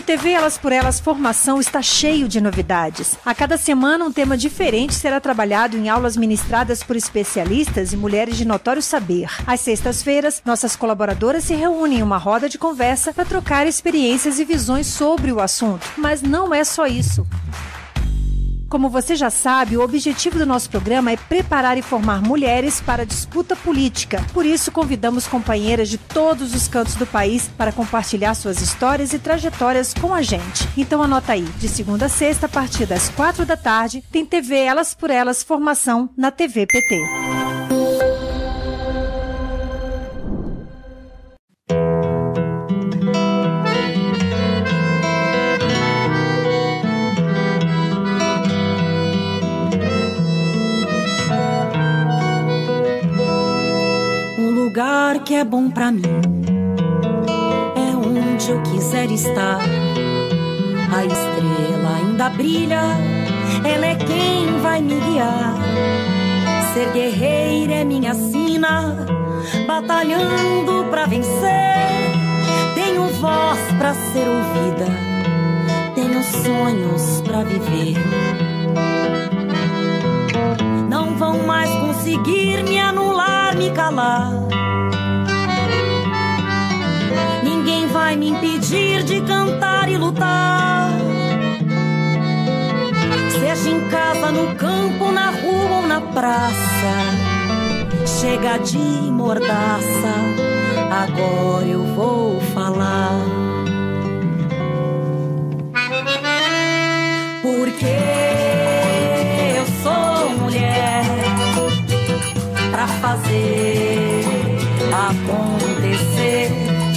TV Elas por Elas Formação está cheio de novidades. A cada semana um tema diferente será trabalhado em aulas ministradas por especialistas e mulheres de notório saber. Às sextas-feiras, nossas colaboradoras se reúnem em uma roda de conversa para trocar experiências e visões sobre o assunto. Mas não é só isso. Como você já sabe, o objetivo do nosso programa é preparar e formar mulheres para a disputa política. Por isso, convidamos companheiras de todos os cantos do país para compartilhar suas histórias e trajetórias com a gente. Então anota aí, de segunda a sexta, a partir das 4 da tarde, tem TV Elas por Elas Formação na TV PT. Lugar que é bom pra mim é onde eu quiser estar. A estrela ainda brilha, ela é quem vai me guiar. Ser guerreira é minha sina, batalhando pra vencer. Tenho voz pra ser ouvida, tenho sonhos pra viver. Não vão mais conseguir me anular, me calar. Ninguém vai me impedir de cantar e lutar. Seja em casa, no campo, na rua ou na praça. Chega de mordaça, agora eu vou falar. Porque eu sou mulher pra fazer acontecer.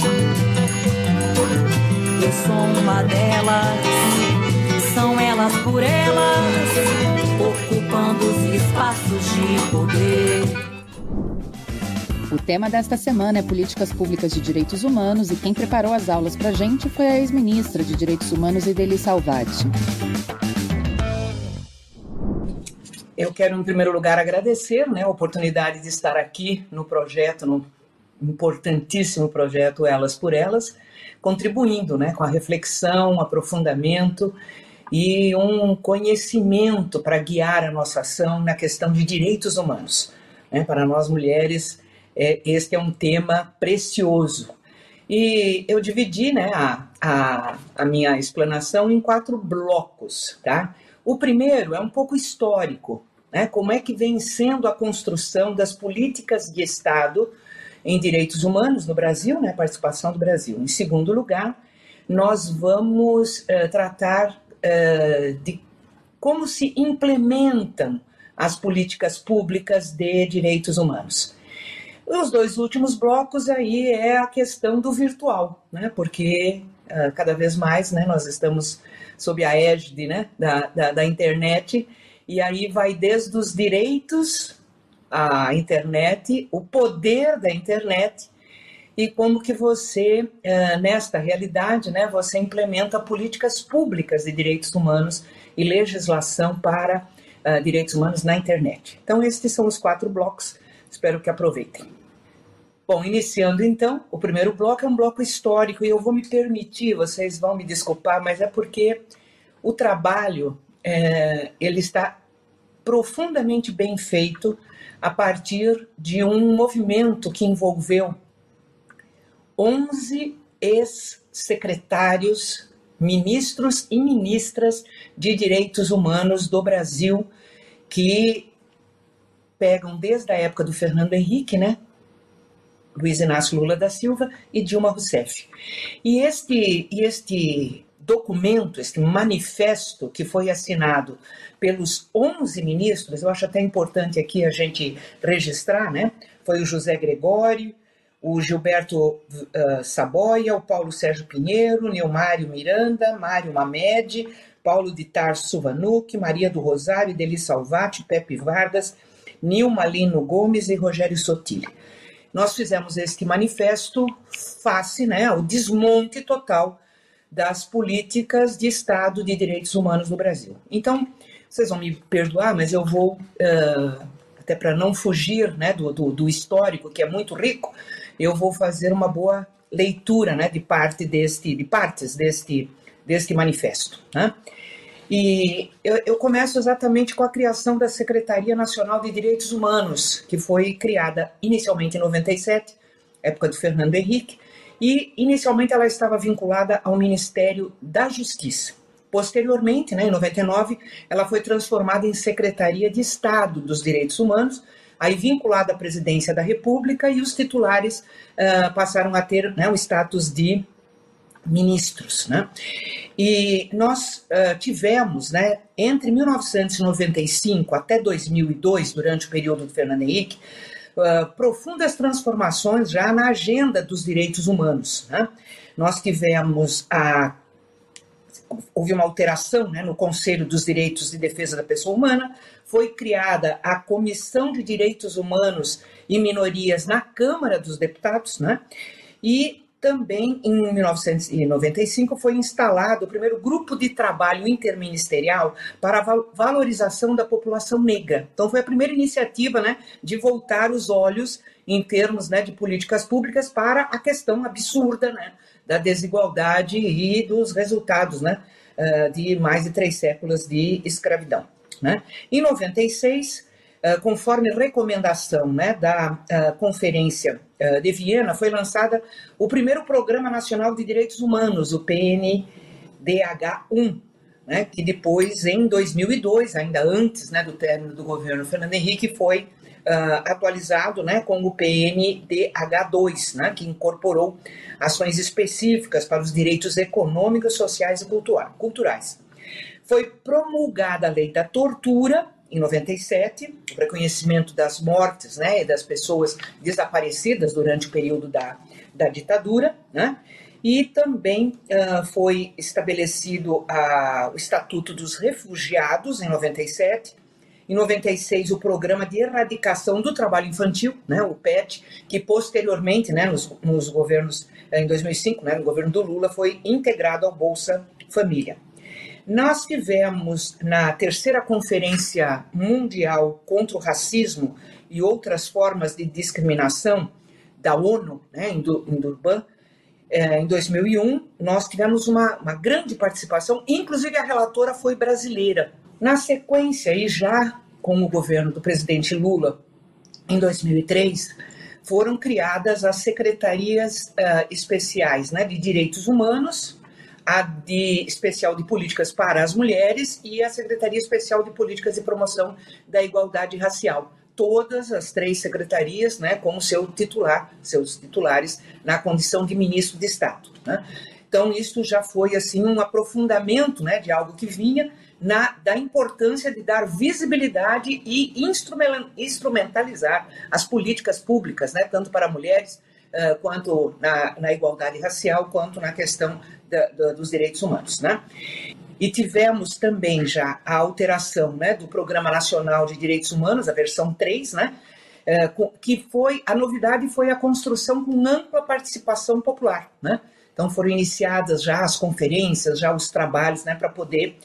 Eu sou uma delas, são elas por elas, ocupando os espaços de poder. O tema desta semana é Políticas Públicas de Direitos Humanos e quem preparou as aulas pra gente foi a ex-ministra de Direitos Humanos, Idely Salvati. Eu quero, em primeiro lugar, agradecer, a oportunidade de estar aqui no projeto, no importantíssimo projeto Elas por Elas, contribuindo com a reflexão, aprofundamento e um conhecimento para guiar a nossa ação na questão de direitos humanos. Para nós mulheres, este é um tema precioso. E eu dividi a minha explanação em 4 blocos. Tá? O primeiro é um pouco histórico, como é que vem sendo a construção das políticas de Estado em direitos humanos no Brasil, a participação do Brasil. Em segundo lugar, nós vamos tratar de como se implementam as políticas públicas de direitos humanos. Os 2 últimos blocos aí é a questão do virtual, porque cada vez mais nós estamos sob a égide da internet, e aí vai desde os direitos à internet, o poder da internet e como que você, nesta realidade, você implementa políticas públicas de direitos humanos e legislação para direitos humanos na internet. Então, estes são os 4 blocos, espero que aproveitem. Bom, iniciando então, o primeiro bloco é um bloco histórico e eu vou me permitir, vocês vão me desculpar, mas é porque o trabalho, ele está profundamente bem feito a partir de um movimento que envolveu 11 ex-secretários, ministros e ministras de direitos humanos do Brasil, que pegam desde a época do Fernando Henrique, Luiz Inácio Lula da Silva e Dilma Rousseff. E este documento, este manifesto que foi assinado pelos 11 ministros, eu acho até importante aqui a gente registrar, foi o José Gregório, o Gilberto Saboia, o Paulo Sérgio Pinheiro, Neumário Miranda, Mário Mamed, Paulo de Tarso Vanucci, Maria do Rosário, Idely Salvati, Pepe Vargas, Nilma Lino Gomes e Rogério Sotilli. Nós fizemos este manifesto face ao desmonte total das políticas de Estado de direitos humanos no Brasil. Então, vocês vão me perdoar, mas eu vou, até para não fugir do histórico, que é muito rico, eu vou fazer uma boa leitura de partes deste deste manifesto, né? E eu começo exatamente com a criação da Secretaria Nacional de Direitos Humanos, que foi criada inicialmente em 97, época do Fernando Henrique, e inicialmente ela estava vinculada ao Ministério da Justiça. Posteriormente, né, em 99, ela foi transformada em Secretaria de Estado dos Direitos Humanos, aí vinculada à Presidência da República, e os titulares passaram a ter, né, o status de ministros, né? E nós tivemos, né, entre 1995 até 2002, durante o período do Fernando Henrique, profundas transformações já na agenda dos direitos humanos, né? Nós tivemos houve uma alteração, né, no Conselho dos Direitos de Defesa da Pessoa Humana, foi criada a Comissão de Direitos Humanos e Minorias na Câmara dos Deputados, né? E também, em 1995, foi instalado o primeiro grupo de trabalho interministerial para a valorização da população negra. Então, foi a primeira iniciativa, né, de voltar os olhos, em termos, né, de políticas públicas, para a questão absurda, né, da desigualdade e dos resultados, né, de mais de 3 séculos de escravidão, né? Em 96, conforme recomendação, né, da Conferência de Viena, foi lançada o primeiro Programa Nacional de Direitos Humanos, o PNDH-1, né, que depois, em 2002, ainda antes, né, do término do governo Fernando Henrique, foi atualizado, né, com o PNDH2, né, que incorporou ações específicas para os direitos econômicos, sociais e culturais. Foi promulgada a Lei da Tortura, em 97, o reconhecimento das mortes, né, e das pessoas desaparecidas durante o período da ditadura, né, e também foi estabelecido o Estatuto dos Refugiados, em 97, em 96, o Programa de Erradicação do Trabalho Infantil, né, o PET, que posteriormente, né, nos governos, em 2005, né, no governo do Lula, foi integrado ao Bolsa Família. Nós tivemos, na terceira Conferência Mundial contra o Racismo e outras formas de discriminação da ONU, né, em Durban, em 2001, nós tivemos uma grande participação, inclusive a relatora foi brasileira. Na sequência, e já com o governo do presidente Lula, em 2003, foram criadas as secretarias especiais, né, de direitos humanos, a especial de políticas para as mulheres e a Secretaria Especial de Políticas de Promoção da Igualdade Racial. Todas as 3 secretarias, né, com seus titulares na condição de ministro de Estado, né? Então, isso já foi assim, um aprofundamento, né, de algo que vinha da importância de dar visibilidade e instrumentalizar as políticas públicas, né, tanto para mulheres, quanto na igualdade racial, quanto na questão dos direitos humanos, né? E tivemos também já a alteração, né, do Programa Nacional de Direitos Humanos, a versão 3, né, que a novidade foi a construção com ampla participação popular, né? Então foram iniciadas já as conferências, já os trabalhos, né, para poder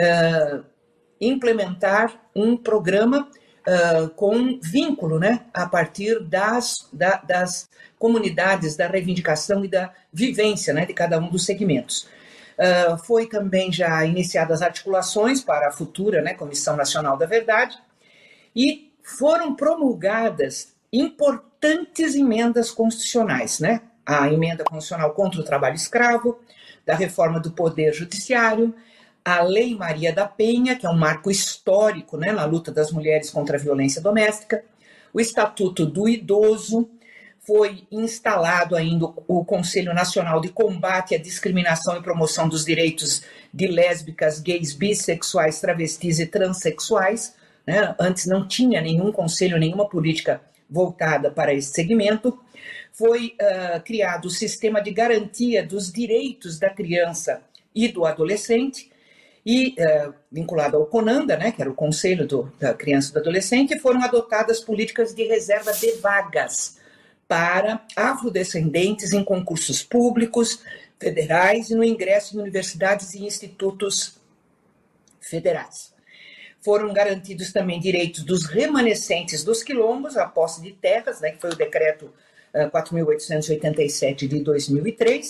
implementar um programa com vínculo, né, a partir das comunidades, da reivindicação e da vivência, né, de cada um dos segmentos. Foi também já iniciadas as articulações para a futura, né, Comissão Nacional da Verdade, e foram promulgadas importantes emendas constitucionais, né? A emenda constitucional contra o trabalho escravo, da reforma do Poder Judiciário, a Lei Maria da Penha, que é um marco histórico, né, na luta das mulheres contra a violência doméstica, o Estatuto do Idoso, foi instalado ainda o Conselho Nacional de Combate à Discriminação e Promoção dos Direitos de Lésbicas, Gays, Bissexuais, Travestis e Transsexuais, né? Antes não tinha nenhum conselho, nenhuma política voltada para esse segmento. Foi criado o Sistema de Garantia dos Direitos da Criança e do Adolescente, e vinculado ao CONANDA, né, que era o Conselho da Criança e do Adolescente, e foram adotadas políticas de reserva de vagas para afrodescendentes em concursos públicos, federais e no ingresso em universidades e institutos federais. Foram garantidos também direitos dos remanescentes dos quilombos à posse de terras, né, que foi o decreto 4.887 de 2003,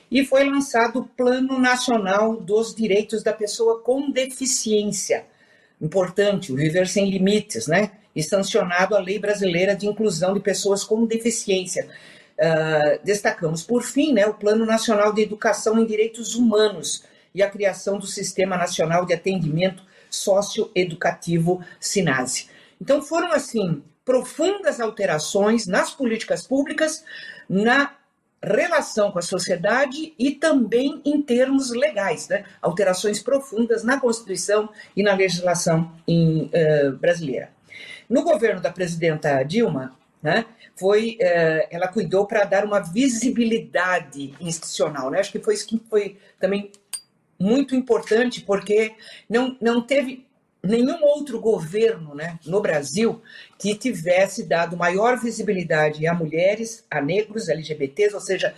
e foi lançado o Plano Nacional dos Direitos da Pessoa com Deficiência. Importante, o Viver Sem Limites, né? E sancionado a Lei Brasileira de Inclusão de Pessoas com Deficiência. Destacamos, por fim, né, o Plano Nacional de Educação em Direitos Humanos e a criação do Sistema Nacional de Atendimento Socioeducativo, SINASE. Então foram, assim, profundas alterações nas políticas públicas, na relação com a sociedade e também em termos legais, né? Alterações profundas na Constituição e na legislação brasileira. No governo da presidenta Dilma, né, ela cuidou para dar uma visibilidade institucional, né? Acho que foi isso que foi também muito importante, porque não teve nenhum outro governo, né, no Brasil que tivesse dado maior visibilidade a mulheres, a negros, LGBTs, ou seja,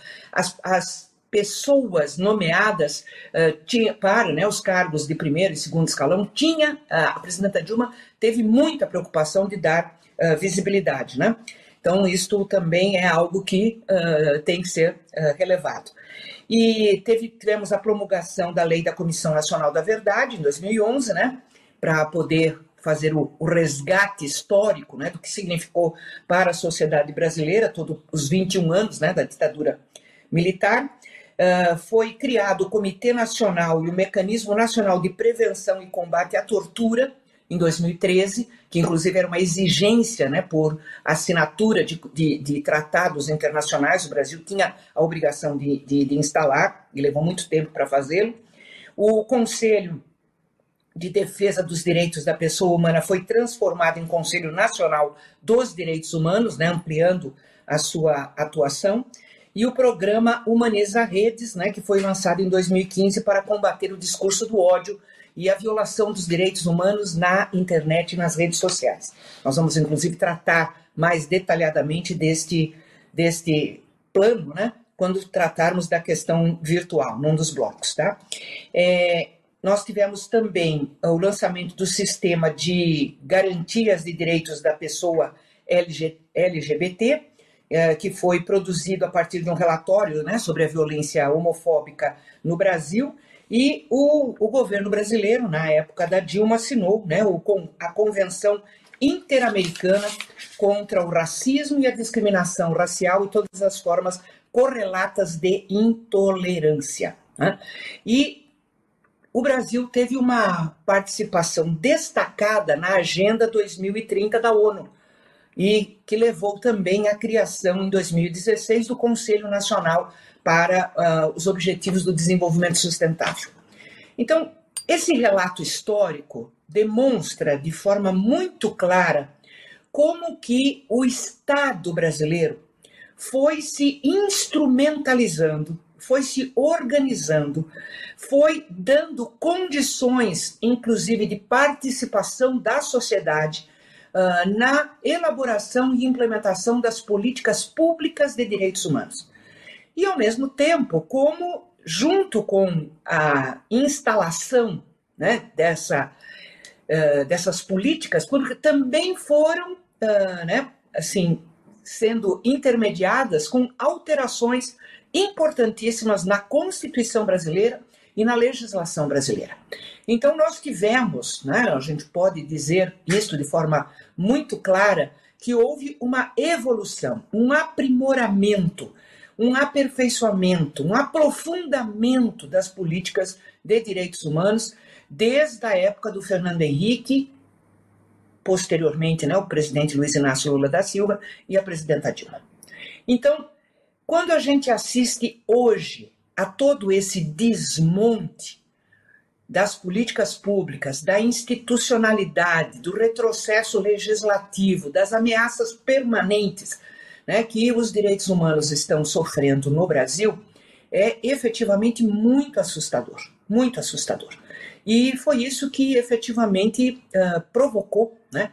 as pessoas nomeadas para, né, os cargos de primeiro e segundo escalão. A presidenta Dilma teve muita preocupação de dar visibilidade, né? Então, isto também é algo que tem que ser relevado. E tivemos a promulgação da Lei da Comissão Nacional da Verdade, em 2011, né, para poder fazer o resgate histórico, né, do que significou para a sociedade brasileira todos os 21 anos, né, da ditadura militar. Foi criado o Comitê Nacional e o Mecanismo Nacional de Prevenção e Combate à Tortura, em 2013, que inclusive era uma exigência, né, por assinatura de tratados internacionais. O Brasil tinha a obrigação de instalar, e levou muito tempo para fazê-lo. O Conselho de Defesa dos Direitos da Pessoa Humana foi transformado em Conselho Nacional dos Direitos Humanos, né, ampliando a sua atuação. E o programa Humaniza Redes, né, que foi lançado em 2015 para combater o discurso do ódio e a violação dos direitos humanos na internet e nas redes sociais. Nós vamos, inclusive, tratar mais detalhadamente deste plano, né, quando tratarmos da questão virtual, num dos blocos, tá? Nós tivemos também o lançamento do Sistema de Garantias de Direitos da Pessoa LGBT, que foi produzido a partir de um relatório, né, sobre a violência homofóbica no Brasil, e o governo brasileiro, na época da Dilma, assinou, né, a Convenção Interamericana contra o Racismo e a Discriminação Racial e todas as formas correlatas de intolerância, né? E o Brasil teve uma participação destacada na Agenda 2030 da ONU, e que levou também à criação, em 2016, do Conselho Nacional para os Objetivos do Desenvolvimento Sustentável. Então, esse relato histórico demonstra de forma muito clara como que o Estado brasileiro foi se instrumentalizando, foi se organizando, foi dando condições, inclusive, de participação da sociedade na elaboração e implementação das políticas públicas de direitos humanos. E, ao mesmo tempo, como, junto com a instalação, né, dessas políticas públicas, também foram né, assim, sendo intermediadas com alterações importantíssimas na Constituição brasileira e na legislação brasileira. Então, nós tivemos, né, a gente pode dizer isso de forma muito clara, que houve uma evolução, um aprimoramento, um aperfeiçoamento, um aprofundamento das políticas de direitos humanos desde a época do Fernando Henrique, posteriormente, né, o presidente Luiz Inácio Lula da Silva e a presidenta Dilma. Então, quando a gente assiste hoje a todo esse desmonte das políticas públicas, da institucionalidade, do retrocesso legislativo, das ameaças permanentes, né, que os direitos humanos estão sofrendo no Brasil, é efetivamente muito assustador, muito assustador. E foi isso que efetivamente provocou, né,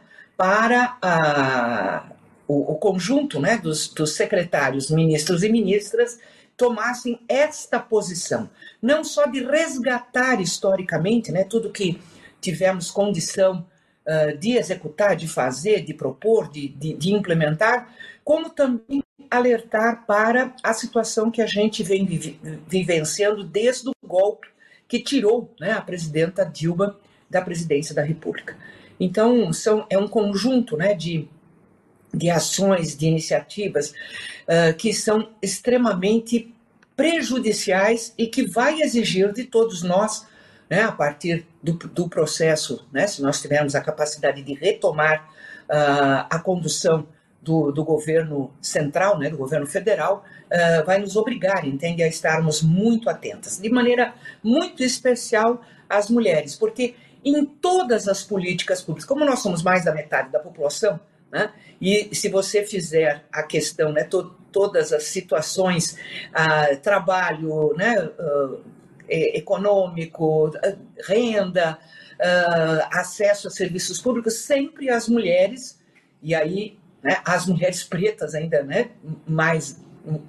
para o conjunto, né, dos secretários, ministros e ministras tomassem esta posição, não só de resgatar historicamente, né, tudo que tivemos condição de executar, de fazer, de propor, de implementar, como também alertar para a situação que a gente vem vivenciando desde o golpe que tirou, né, a presidenta Dilma da presidência da República. Então, é um conjunto, né, de ações, de iniciativas que são extremamente prejudiciais e que vai exigir de todos nós, né, a partir do processo, né, se nós tivermos a capacidade de retomar a condução do governo central, né, do governo federal, vai nos obrigar, entende, a estarmos muito atentas, de maneira muito especial às mulheres, porque em todas as políticas públicas, como nós somos mais da metade da população, né, e se você fizer a questão, né, todas as situações, trabalho, né, econômico, renda, acesso a serviços públicos, sempre as mulheres, e aí, né, as mulheres pretas ainda, né, mais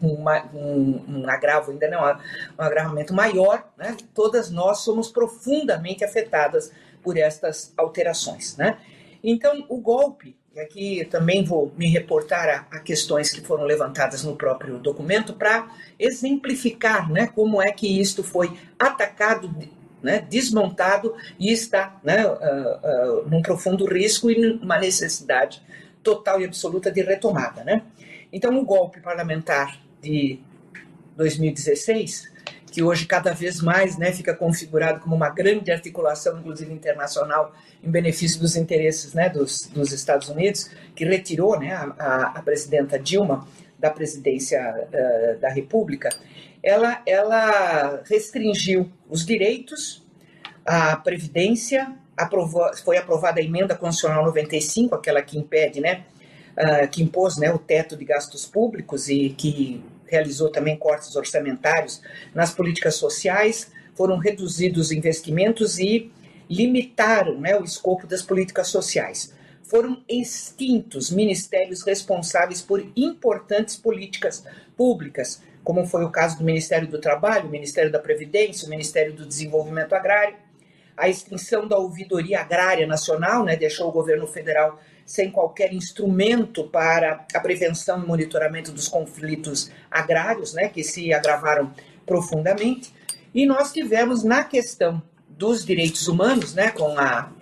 um agravo ainda, não, um agravamento maior, né, todas nós somos profundamente afetadas por estas alterações, né. Então, o golpe, e aqui também vou me reportar a questões que foram levantadas no próprio documento para exemplificar, né, como é que isto foi atacado, né, desmontado e está, né, num profundo risco e numa necessidade total e absoluta de retomada, né? Então, o golpe parlamentar de 2016, que hoje cada vez mais, né, fica configurado como uma grande articulação, inclusive internacional, em benefício dos interesses, né, dos Estados Unidos, que retirou, né, a presidenta Dilma da presidência da República, ela restringiu os direitos, a Previdência, foi aprovada a emenda constitucional 95, aquela que impede, né, que impôs, né, o teto de gastos públicos e que realizou também cortes orçamentários nas políticas sociais, foram reduzidos os investimentos e limitaram, né, o escopo das políticas sociais. Foram extintos ministérios responsáveis por importantes políticas públicas, como foi o caso do Ministério do Trabalho, o Ministério da Previdência, o Ministério do Desenvolvimento Agrário. A extinção da Ouvidoria Agrária Nacional, né, deixou o governo federal sem qualquer instrumento para a prevenção e monitoramento dos conflitos agrários, né, que se agravaram profundamente. E nós tivemos, na questão dos direitos humanos, né, com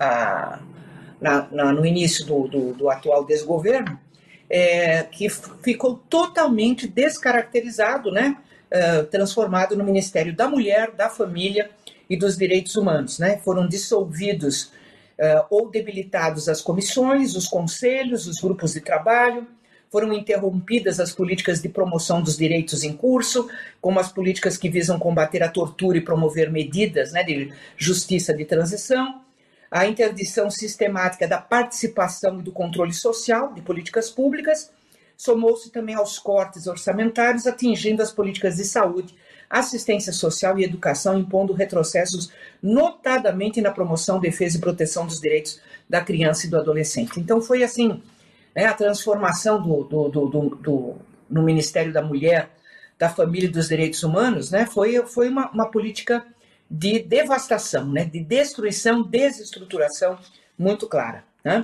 no início do atual desgoverno, que ficou totalmente descaracterizado, né, transformado no Ministério da Mulher, da Família e dos Direitos Humanos, né? Foram dissolvidos ou debilitados as comissões, os conselhos, os grupos de trabalho, foram interrompidas as políticas de promoção dos direitos em curso, como as políticas que visam combater a tortura e promover medidas, né, de justiça de transição, a interdição sistemática da participação e do controle social de políticas públicas, somou-se também aos cortes orçamentários, atingindo as políticas de saúde, assistência social e educação, impondo retrocessos, notadamente na promoção, defesa e proteção dos direitos da criança e do adolescente. Então, foi assim, né, a transformação no Ministério da Mulher, da Família e dos Direitos Humanos, né, foi uma política de devastação, né, de destruição, desestruturação muito clara, né?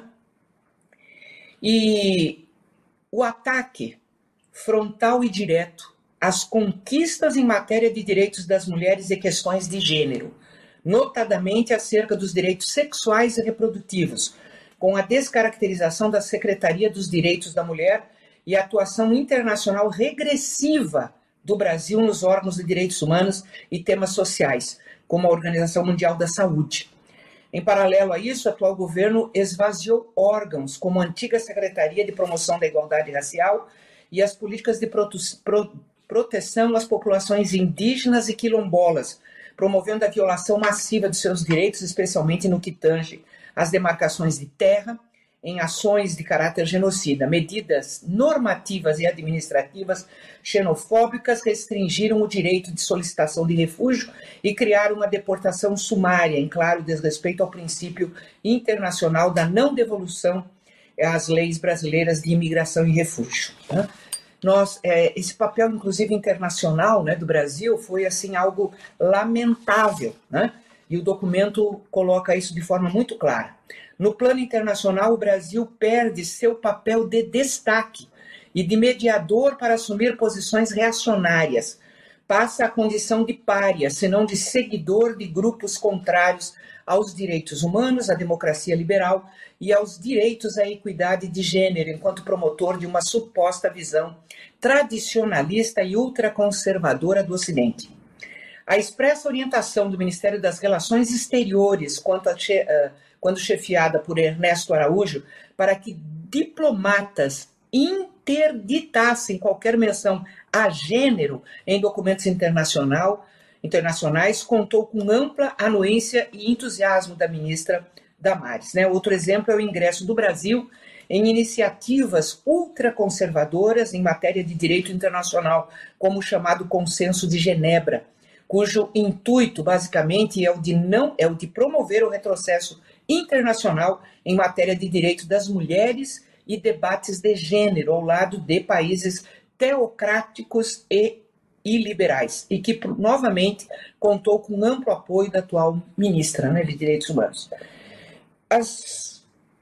E o ataque frontal e direto às conquistas em matéria de direitos das mulheres e questões de gênero, notadamente acerca dos direitos sexuais e reprodutivos, com a descaracterização da Secretaria dos Direitos da Mulher e a atuação internacional regressiva do Brasil nos órgãos de direitos humanos e temas sociais, como a Organização Mundial da Saúde. Em paralelo a isso, o atual governo esvaziou órgãos como a antiga Secretaria de Promoção da Igualdade Racial e as políticas de proteção às populações indígenas e quilombolas, promovendo a violação massiva de seus direitos, especialmente no que tange às demarcações de terra, em ações de caráter genocida. Medidas normativas e administrativas xenofóbicas restringiram o direito de solicitação de refúgio e criaram uma deportação sumária, em claro desrespeito ao princípio internacional da não devolução às leis brasileiras de imigração e refúgio. Esse papel, inclusive, internacional, né, do Brasil foi assim, algo lamentável, né? E o documento coloca isso de forma muito clara. No plano internacional, o Brasil perde seu papel de destaque e de mediador para assumir posições reacionárias. Passa a condição de pária, se não de seguidor de grupos contrários aos direitos humanos, à democracia liberal e aos direitos à equidade de gênero, enquanto promotor de uma suposta visão tradicionalista e ultraconservadora do Ocidente. A expressa orientação do Ministério das Relações Exteriores, quando chefiada por Ernesto Araújo, para que diplomatas interditassem qualquer menção a gênero em documentos internacionais, contou com ampla anuência e entusiasmo da ministra Damares. Outro exemplo é o ingresso do Brasil em iniciativas ultraconservadoras em matéria de direito internacional, como o chamado Consenso de Genebra, cujo intuito, basicamente, é o de promover o retrocesso internacional em matéria de direitos das mulheres e debates de gênero ao lado de países teocráticos e iliberais, e que, novamente, contou com amplo apoio da atual ministra de Direitos Humanos. As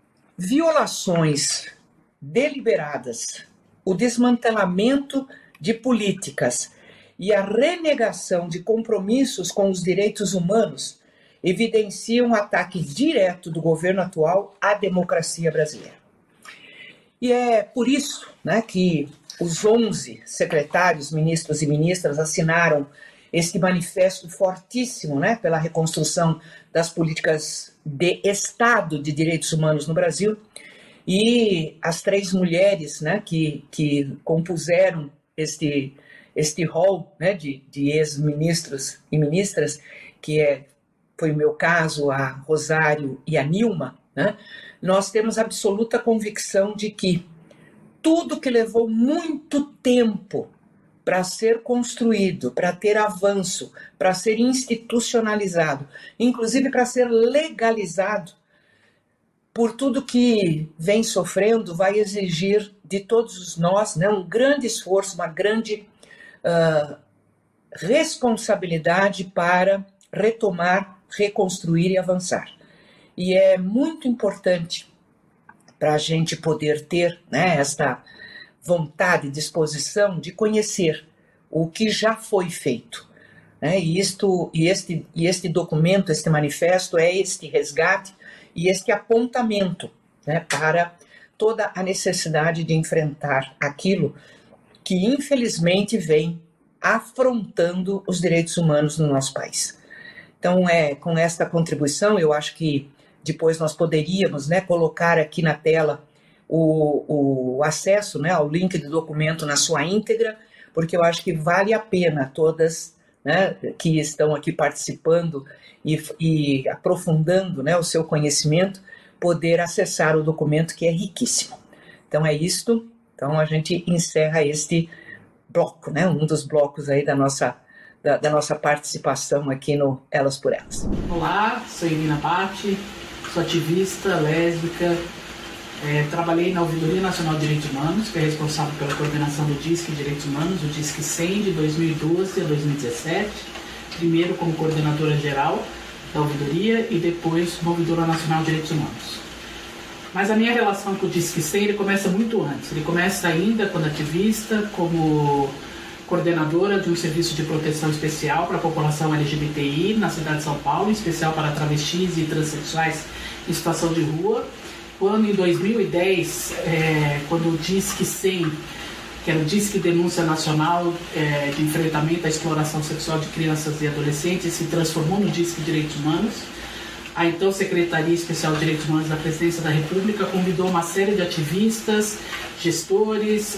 violações deliberadas, o desmantelamento de políticas e a renegação de compromissos com os direitos humanos evidenciam um ataque direto do governo atual à democracia brasileira. E é por isso que os 11 secretários, ministros e ministras assinaram este manifesto fortíssimo pela reconstrução das políticas de Estado de direitos humanos no Brasil, e as 3 mulheres que compuseram este rol de ex-ministros e ministras, que foi o meu caso, a Rosário e a Nilma, nós temos absoluta convicção de que tudo que levou muito tempo para ser construído, para ter avanço, para ser institucionalizado, inclusive para ser legalizado, por tudo que vem sofrendo, vai exigir de todos nós um grande esforço, uma grande responsabilidade para retomar, reconstruir e avançar. E é muito importante para a gente poder ter esta vontade, disposição de conhecer o que já foi feito. E este documento, este manifesto, é este resgate e este apontamento para toda a necessidade de enfrentar aquilo que, infelizmente, vem afrontando os direitos humanos no nosso país. Então, com esta contribuição, eu acho que depois nós poderíamos colocar aqui na tela o acesso ao link do documento na sua íntegra, porque eu acho que vale a pena todas que estão aqui participando e aprofundando o seu conhecimento, poder acessar o documento, que é riquíssimo. Então é isto. Então a gente encerra este bloco, um dos blocos aí da nossa participação aqui no Elas por Elas. Olá, sou Elina Batti, sou ativista, lésbica, trabalhei na Ouvidoria Nacional de Direitos Humanos, que é responsável pela coordenação do DISC Direitos Humanos, o DISC 100 de 2012 a 2017, primeiro como coordenadora geral da Ouvidoria e depois como Ouvidora Nacional de Direitos Humanos. Mas a minha relação com o DISC 100 ele começa muito antes, ele começa ainda quando ativista, como coordenadora de um serviço de proteção especial para a população LGBTI na cidade de São Paulo, em especial para travestis e transexuais em situação de rua. Quando em 2010, quando o DISC 100, que era o DISC Denúncia Nacional de Enfrentamento à Exploração Sexual de Crianças e Adolescentes, se transformou no DISC Direitos Humanos, a então Secretaria Especial de Direitos Humanos da Presidência da República convidou uma série de ativistas, gestores,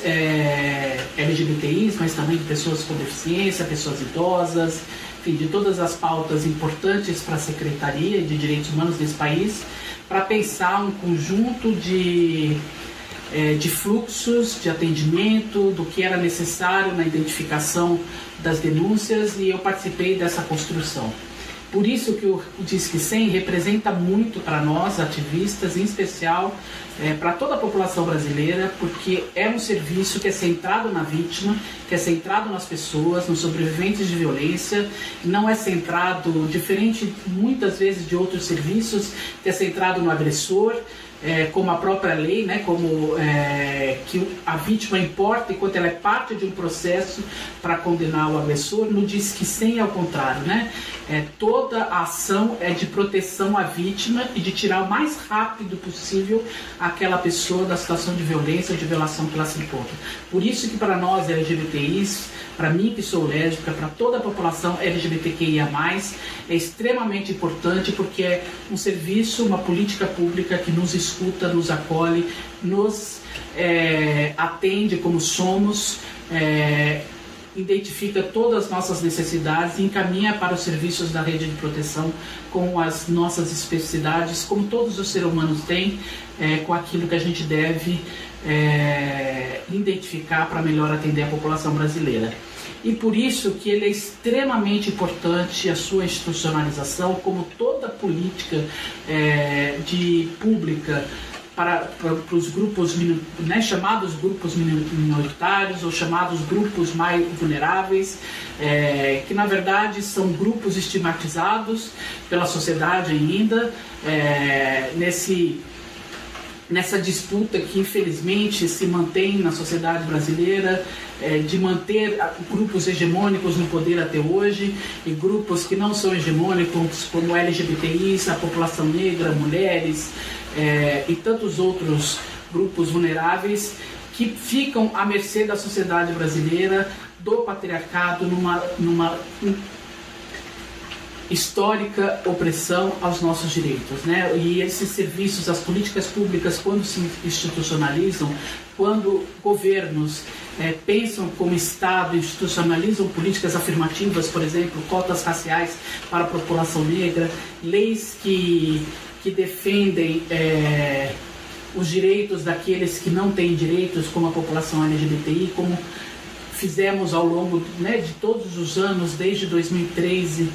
LGBTIs, mas também de pessoas com deficiência, pessoas idosas, enfim, de todas as pautas importantes para a Secretaria de Direitos Humanos desse país, para pensar um conjunto de fluxos de atendimento, do que era necessário na identificação das denúncias, e eu participei dessa construção. Por isso que o DISC 100 representa muito para nós, ativistas, em especial para toda a população brasileira, porque é um serviço que é centrado na vítima, que é centrado nas pessoas, nos sobreviventes de violência, não é centrado, diferente muitas vezes de outros serviços, que é centrado no agressor, como a própria lei, né, que a vítima importa enquanto ela é parte de um processo para condenar o agressor. No Disque 100 é ao contrário, né? Toda a ação é de proteção à vítima e de tirar o mais rápido possível aquela pessoa da situação de violência, de violação que ela se encontra. Por isso que para nós LGBTIs, para mim que sou lésbica, para toda a população LGBTQIA+, é extremamente importante, porque é um serviço, uma política pública que nos escuta, nos acolhe, nos atende como somos, identifica todas as nossas necessidades e encaminha para os serviços da rede de proteção com as nossas especificidades, como todos os seres humanos têm, com aquilo que a gente deve identificar para melhor atender a população brasileira. E por isso que ele é extremamente importante a sua institucionalização, como toda política pública para os grupos, né, chamados grupos minoritários ou chamados grupos mais vulneráveis, que na verdade são grupos estigmatizados pela sociedade ainda, nessa disputa que infelizmente se mantém na sociedade brasileira, de manter grupos hegemônicos no poder até hoje, e grupos que não são hegemônicos, como LGBTIs, a população negra, mulheres e tantos outros grupos vulneráveis que ficam à mercê da sociedade brasileira, do patriarcado, numa histórica opressão aos nossos direitos, né? E esses serviços, as políticas públicas, quando se institucionalizam, quando governos pensam como Estado, institucionalizam políticas afirmativas, por exemplo, cotas raciais para a população negra, leis que defendem os direitos daqueles que não têm direitos, como a população LGBTI, como fizemos ao longo, né, de todos os anos, desde 2003,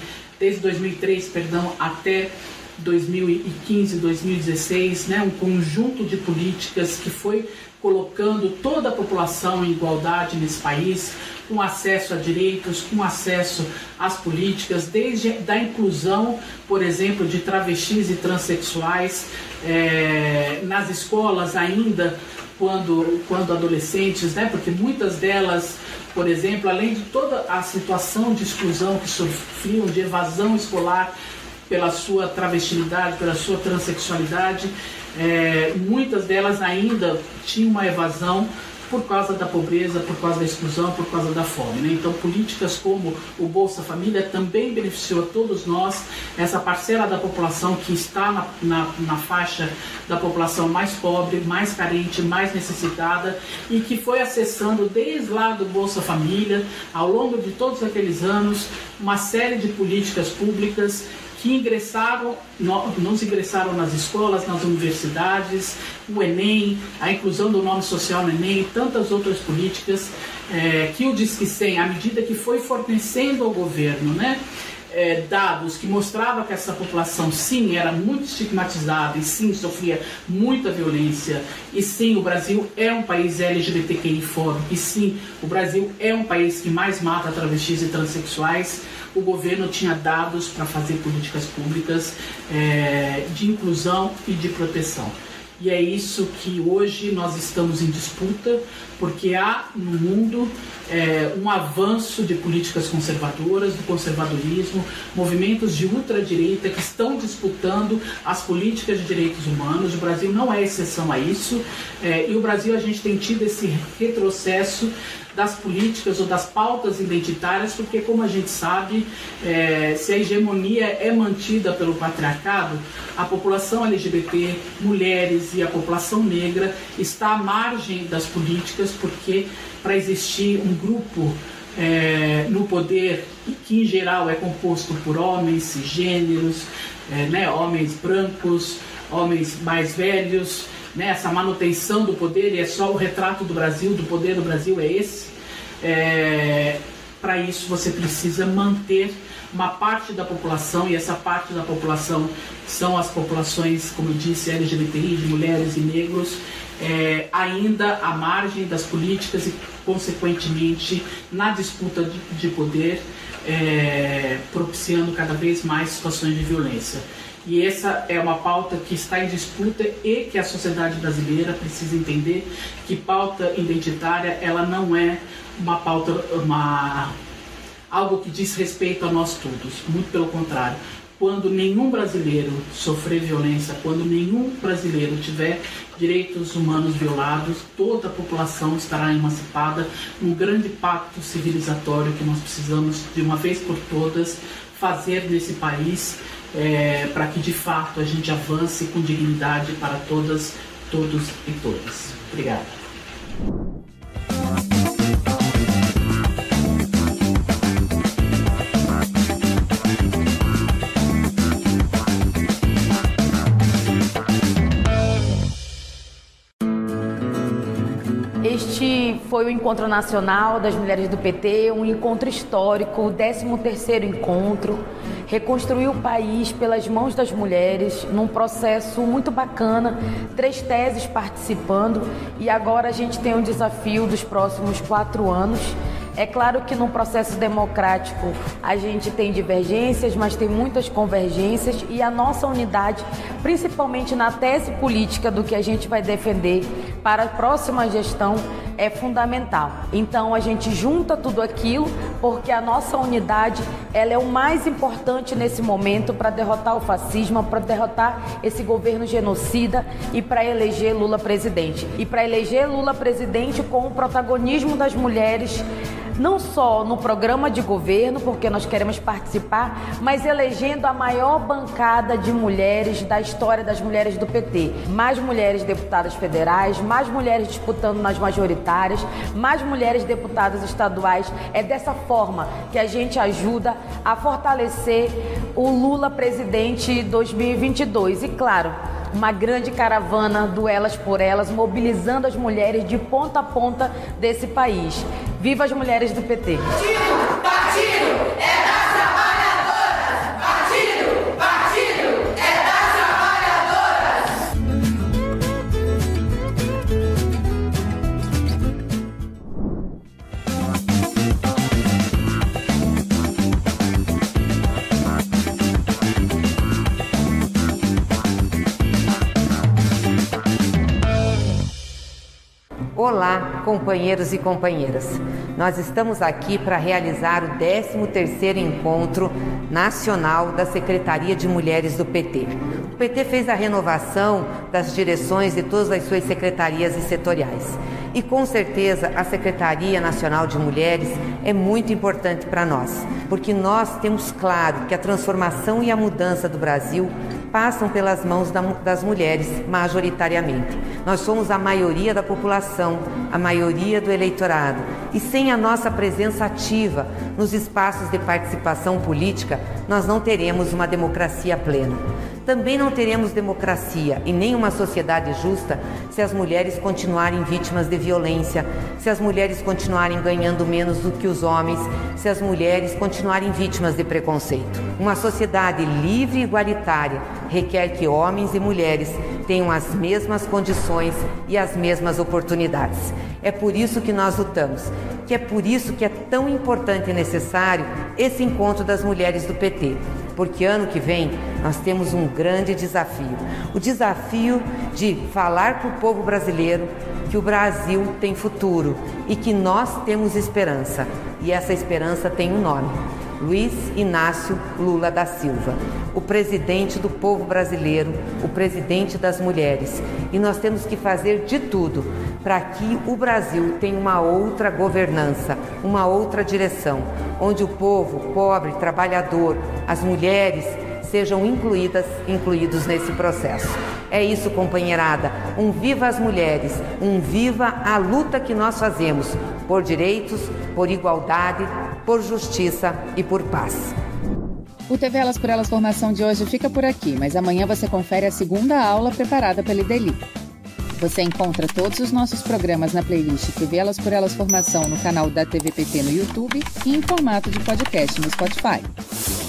até 2015, 2016, né, um conjunto de políticas que foi colocando toda a população em igualdade nesse país, com acesso a direitos, com acesso às políticas, desde da inclusão, por exemplo, de travestis e transexuais nas escolas ainda, quando adolescentes, né, porque muitas delas, por exemplo, além de toda a situação de exclusão que sofriam, de evasão escolar pela sua travestilidade, pela sua transexualidade, muitas delas ainda tinham uma evasão por causa da pobreza, por causa da exclusão, por causa da fome, né? Então, políticas como o Bolsa Família também beneficiou a todos nós, essa parcela da população que está na faixa da população mais pobre, mais carente, mais necessitada, e que foi acessando desde lá do Bolsa Família, ao longo de todos aqueles anos, uma série de políticas públicas que nos ingressaram nas escolas, nas universidades, o Enem, a inclusão do nome social no Enem e tantas outras políticas que o Disque 100, à medida que foi fornecendo ao governo, né, dados que mostravam que essa população, sim, era muito estigmatizada e sim, sofria muita violência, e sim, o Brasil é um país LGBTQI-fóbico, e sim, o Brasil é um país que mais mata travestis e transexuais. O governo tinha dados para fazer políticas públicas de inclusão e de proteção. E é isso que hoje nós estamos em disputa, porque há no mundo um avanço de políticas conservadoras, do conservadorismo, movimentos de ultradireita que estão disputando as políticas de direitos humanos. O Brasil não é exceção a isso, e o Brasil, a gente tem tido esse retrocesso das políticas ou das pautas identitárias, porque, como a gente sabe, se a hegemonia é mantida pelo patriarcado, a população LGBT, mulheres e a população negra está à margem das políticas, porque para existir um grupo no poder, que em geral é composto por homens cisgêneros, né, homens brancos, homens mais velhos, né, essa manutenção do poder, e é só o retrato do Brasil, do poder do Brasil é esse. Para isso você precisa manter uma parte da população, e essa parte da população são as populações, como eu disse, LGBTI, de mulheres e negros, ainda à margem das políticas e, consequentemente, na disputa de poder, propiciando cada vez mais situações de violência. E essa é uma pauta que está em disputa e que a sociedade brasileira precisa entender que pauta identitária, ela não é uma pauta, algo que diz respeito a nós todos, muito pelo contrário. Quando nenhum brasileiro sofrer violência, quando nenhum brasileiro tiver direitos humanos violados, toda a população estará emancipada num grande pacto civilizatório que nós precisamos, de uma vez por todas, fazer nesse país para que, de fato, a gente avance com dignidade para todas, todos e todas. Obrigada. Este foi o Encontro Nacional das Mulheres do PT, um encontro histórico, o 13º encontro. Reconstruiu o país pelas mãos das mulheres, num processo muito bacana, 3 teses participando, e agora a gente tem um desafio dos próximos 4 anos. É claro que no processo democrático a gente tem divergências, mas tem muitas convergências, e a nossa unidade, principalmente na tese política do que a gente vai defender para a próxima gestão, é fundamental. Então a gente junta tudo aquilo porque a nossa unidade ela é o mais importante nesse momento para derrotar o fascismo, para derrotar esse governo genocida e para eleger Lula presidente. E para eleger Lula presidente com o protagonismo das mulheres, não só no programa de governo, porque nós queremos participar, mas elegendo a maior bancada de mulheres da história das mulheres do PT. Mais mulheres deputadas federais, mais mulheres disputando nas majoritárias, mais mulheres deputadas estaduais. É dessa forma que a gente ajuda a fortalecer o Lula presidente 2022. E claro, uma grande caravana do Elas por Elas, mobilizando as mulheres de ponta a ponta desse país. Viva as mulheres do PT! Partido é das trabalhadoras! Partido é das trabalhadoras! Olá, companheiros e companheiras. Nós estamos aqui para realizar o 13º Encontro Nacional da Secretaria de Mulheres do PT. O PT fez a renovação das direções de todas as suas secretarias e setoriais. E com certeza a Secretaria Nacional de Mulheres é muito importante para nós, porque nós temos claro que a transformação e a mudança do Brasil passam pelas mãos das mulheres, majoritariamente. Nós somos a maioria da população, a maioria do eleitorado, e sem a nossa presença ativa nos espaços de participação política, nós não teremos uma democracia plena. Também não teremos democracia e nem uma sociedade justa se as mulheres continuarem vítimas de violência, se as mulheres continuarem ganhando menos do que os homens, se as mulheres continuarem vítimas de preconceito. Uma sociedade livre e igualitária requer que homens e mulheres tenham as mesmas condições e as mesmas oportunidades. É por isso que nós lutamos, que é por isso que é tão importante e necessário esse encontro das mulheres do PT. Porque ano que vem nós temos um grande desafio. O desafio de falar para o povo brasileiro que o Brasil tem futuro e que nós temos esperança. E essa esperança tem um nome: Luiz Inácio Lula da Silva, o presidente do povo brasileiro, o presidente das mulheres. E nós temos que fazer de tudo para que o Brasil tenha uma outra governança, uma outra direção, onde o povo pobre, trabalhador, as mulheres sejam incluídos nesse processo. É isso, companheirada. Um viva as mulheres, um viva a luta que nós fazemos por direitos, por igualdade, por justiça e por paz. O TV Elas por Elas Formação de hoje fica por aqui, mas amanhã você confere a segunda aula preparada pela Ideli. Você encontra todos os nossos programas na playlist TV Elas por Elas Formação no canal da TVPT no YouTube e em formato de podcast no Spotify.